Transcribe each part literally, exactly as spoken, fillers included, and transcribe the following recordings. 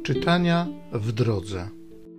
Czytania w drodze.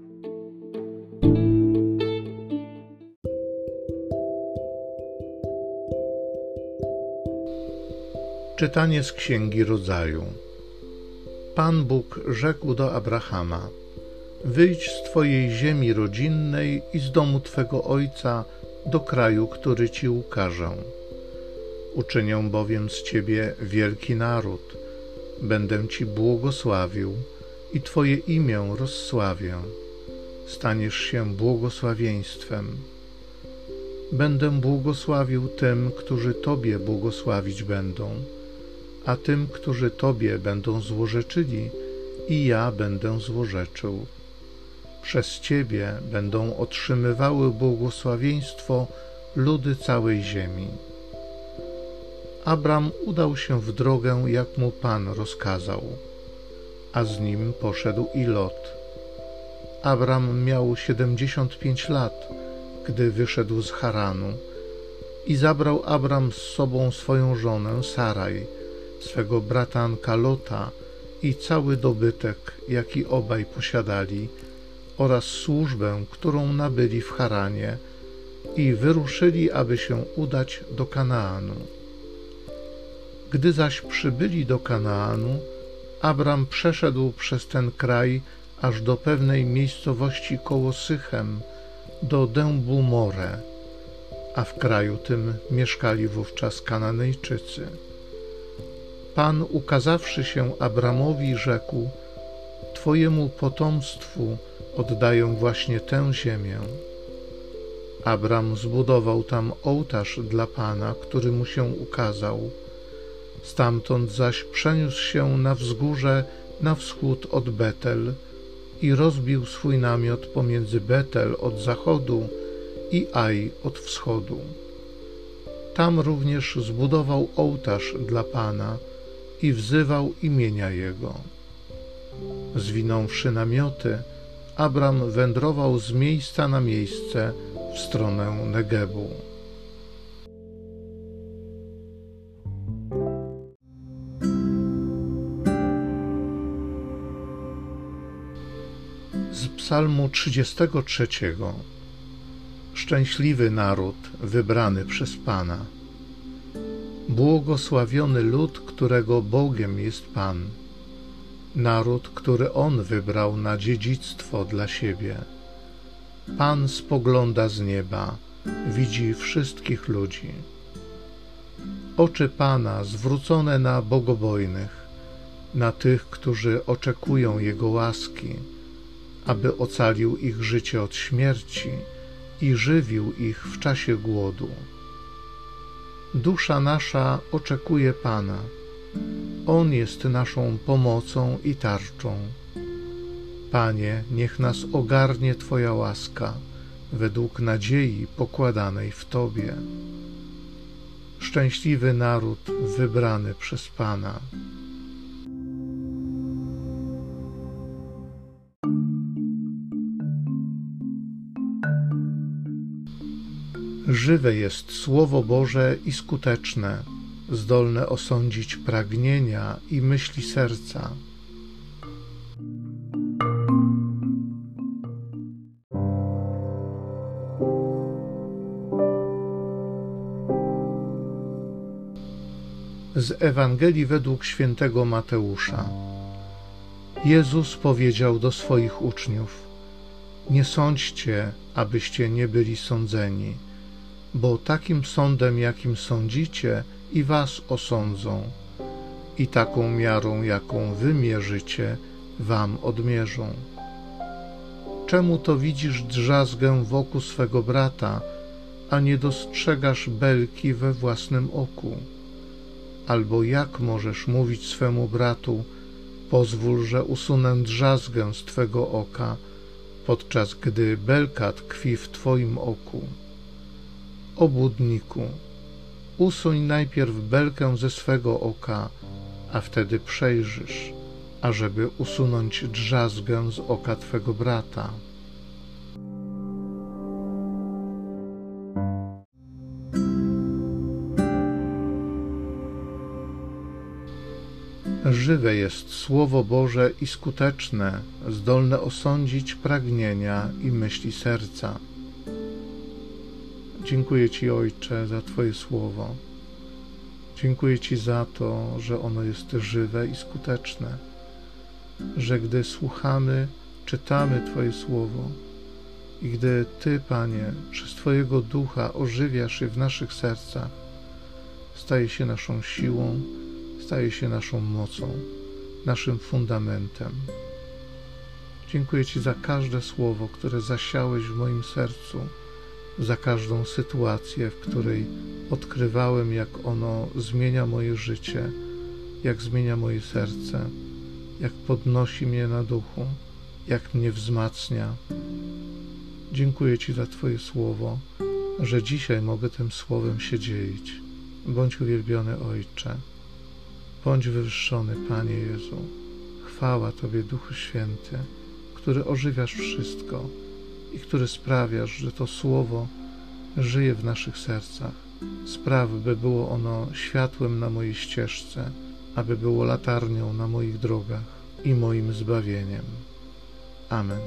Czytanie z Księgi Rodzaju. Pan Bóg rzekł do Abrahama: wyjdź z twojej ziemi rodzinnej i z domu twego ojca do kraju, który ci ukażę. Uczynię bowiem z ciebie wielki naród, będę ci błogosławił i twoje imię rozsławię. Staniesz się błogosławieństwem. Będę błogosławił tym, którzy tobie błogosławić będą, a tym, którzy tobie będą złorzeczyli, i ja będę złorzeczył. Przez ciebie będą otrzymywały błogosławieństwo ludy całej ziemi. Abram udał się w drogę, jak mu Pan rozkazał, a z nim poszedł i Lot. Abram miał siedemdziesiąt pięć lat, gdy wyszedł z Haranu, i zabrał Abram z sobą swoją żonę Saraj, swego bratanka Lota i cały dobytek, jaki obaj posiadali, oraz służbę, którą nabyli w Haranie, i wyruszyli, aby się udać do Kanaanu. Gdy zaś przybyli do Kanaanu, Abram przeszedł przez ten kraj aż do pewnej miejscowości koło Sychem, do dębu More, a w kraju tym mieszkali wówczas Kananejczycy. Pan, ukazawszy się Abramowi, rzekł: twojemu potomstwu oddaję właśnie tę ziemię. Abram zbudował tam ołtarz dla Pana, który mu się ukazał. Stamtąd zaś przeniósł się na wzgórze na wschód od Betel i rozbił swój namiot pomiędzy Betel od zachodu i Aj od wschodu. Tam również zbudował ołtarz dla Pana i wzywał imienia Jego. Zwinąwszy namioty, Abram wędrował z miejsca na miejsce w stronę Negebu. Z Psalmu trzydziestego trzeciego. Szczęśliwy naród wybrany przez Pana. Błogosławiony lud, którego Bogiem jest Pan. Naród, który On wybrał na dziedzictwo dla siebie. Pan spogląda z nieba, widzi wszystkich ludzi. Oczy Pana zwrócone na bogobojnych, na tych, którzy oczekują Jego łaski, aby ocalił ich życie od śmierci i żywił ich w czasie głodu. Dusza nasza oczekuje Pana. On jest naszą pomocą i tarczą. Panie, niech nas ogarnie Twoja łaska, według nadziei pokładanej w Tobie. Szczęśliwy naród wybrany przez Pana. Żywe jest Słowo Boże i skuteczne, zdolne osądzić pragnienia i myśli serca. Z Ewangelii według świętego Mateusza. Jezus powiedział do swoich uczniów: nie sądźcie, abyście nie byli sądzeni, bo takim sądem, jakim sądzicie, i was osądzą, i taką miarą, jaką wy mierzycie, wam odmierzą. Czemu to widzisz drzazgę w oku swego brata, a nie dostrzegasz belki we własnym oku? Albo jak możesz mówić swemu bratu: pozwól, że usunę drzazgę z twego oka, podczas gdy belka tkwi w twoim oku? Obłudniku, usuń najpierw belkę ze swego oka, a wtedy przejrzysz, ażeby usunąć drzazgę z oka twego brata. Żywe jest Słowo Boże i skuteczne, zdolne osądzić pragnienia i myśli serca. Dziękuję Ci, Ojcze, za Twoje Słowo. Dziękuję Ci za to, że ono jest żywe i skuteczne, że gdy słuchamy, czytamy Twoje Słowo i gdy Ty, Panie, przez Twojego Ducha ożywiasz je w naszych sercach, staje się naszą siłą, staje się naszą mocą, naszym fundamentem. Dziękuję Ci za każde słowo, które zasiałeś w moim sercu, za każdą sytuację, w której odkrywałem, jak ono zmienia moje życie, jak zmienia moje serce, jak podnosi mnie na duchu, jak mnie wzmacnia. Dziękuję Ci za Twoje słowo, że dzisiaj mogę tym słowem się dzielić. Bądź uwielbiony, Ojcze. Bądź wywyższony, Panie Jezu. Chwała Tobie, Duchu Święty, który ożywiasz wszystko i który sprawiasz, że to słowo żyje w naszych sercach. Spraw, by było ono światłem na mojej ścieżce, aby było latarnią na moich drogach i moim zbawieniem. Amen.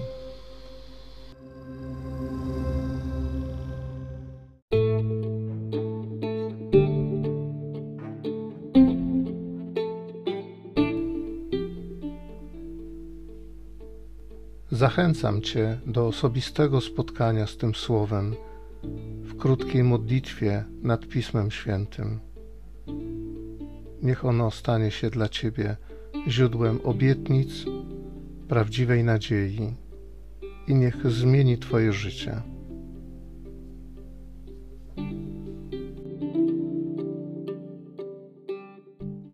Zachęcam Cię do osobistego spotkania z tym Słowem w krótkiej modlitwie nad Pismem Świętym. Niech ono stanie się dla Ciebie źródłem obietnic, prawdziwej nadziei i niech zmieni Twoje życie.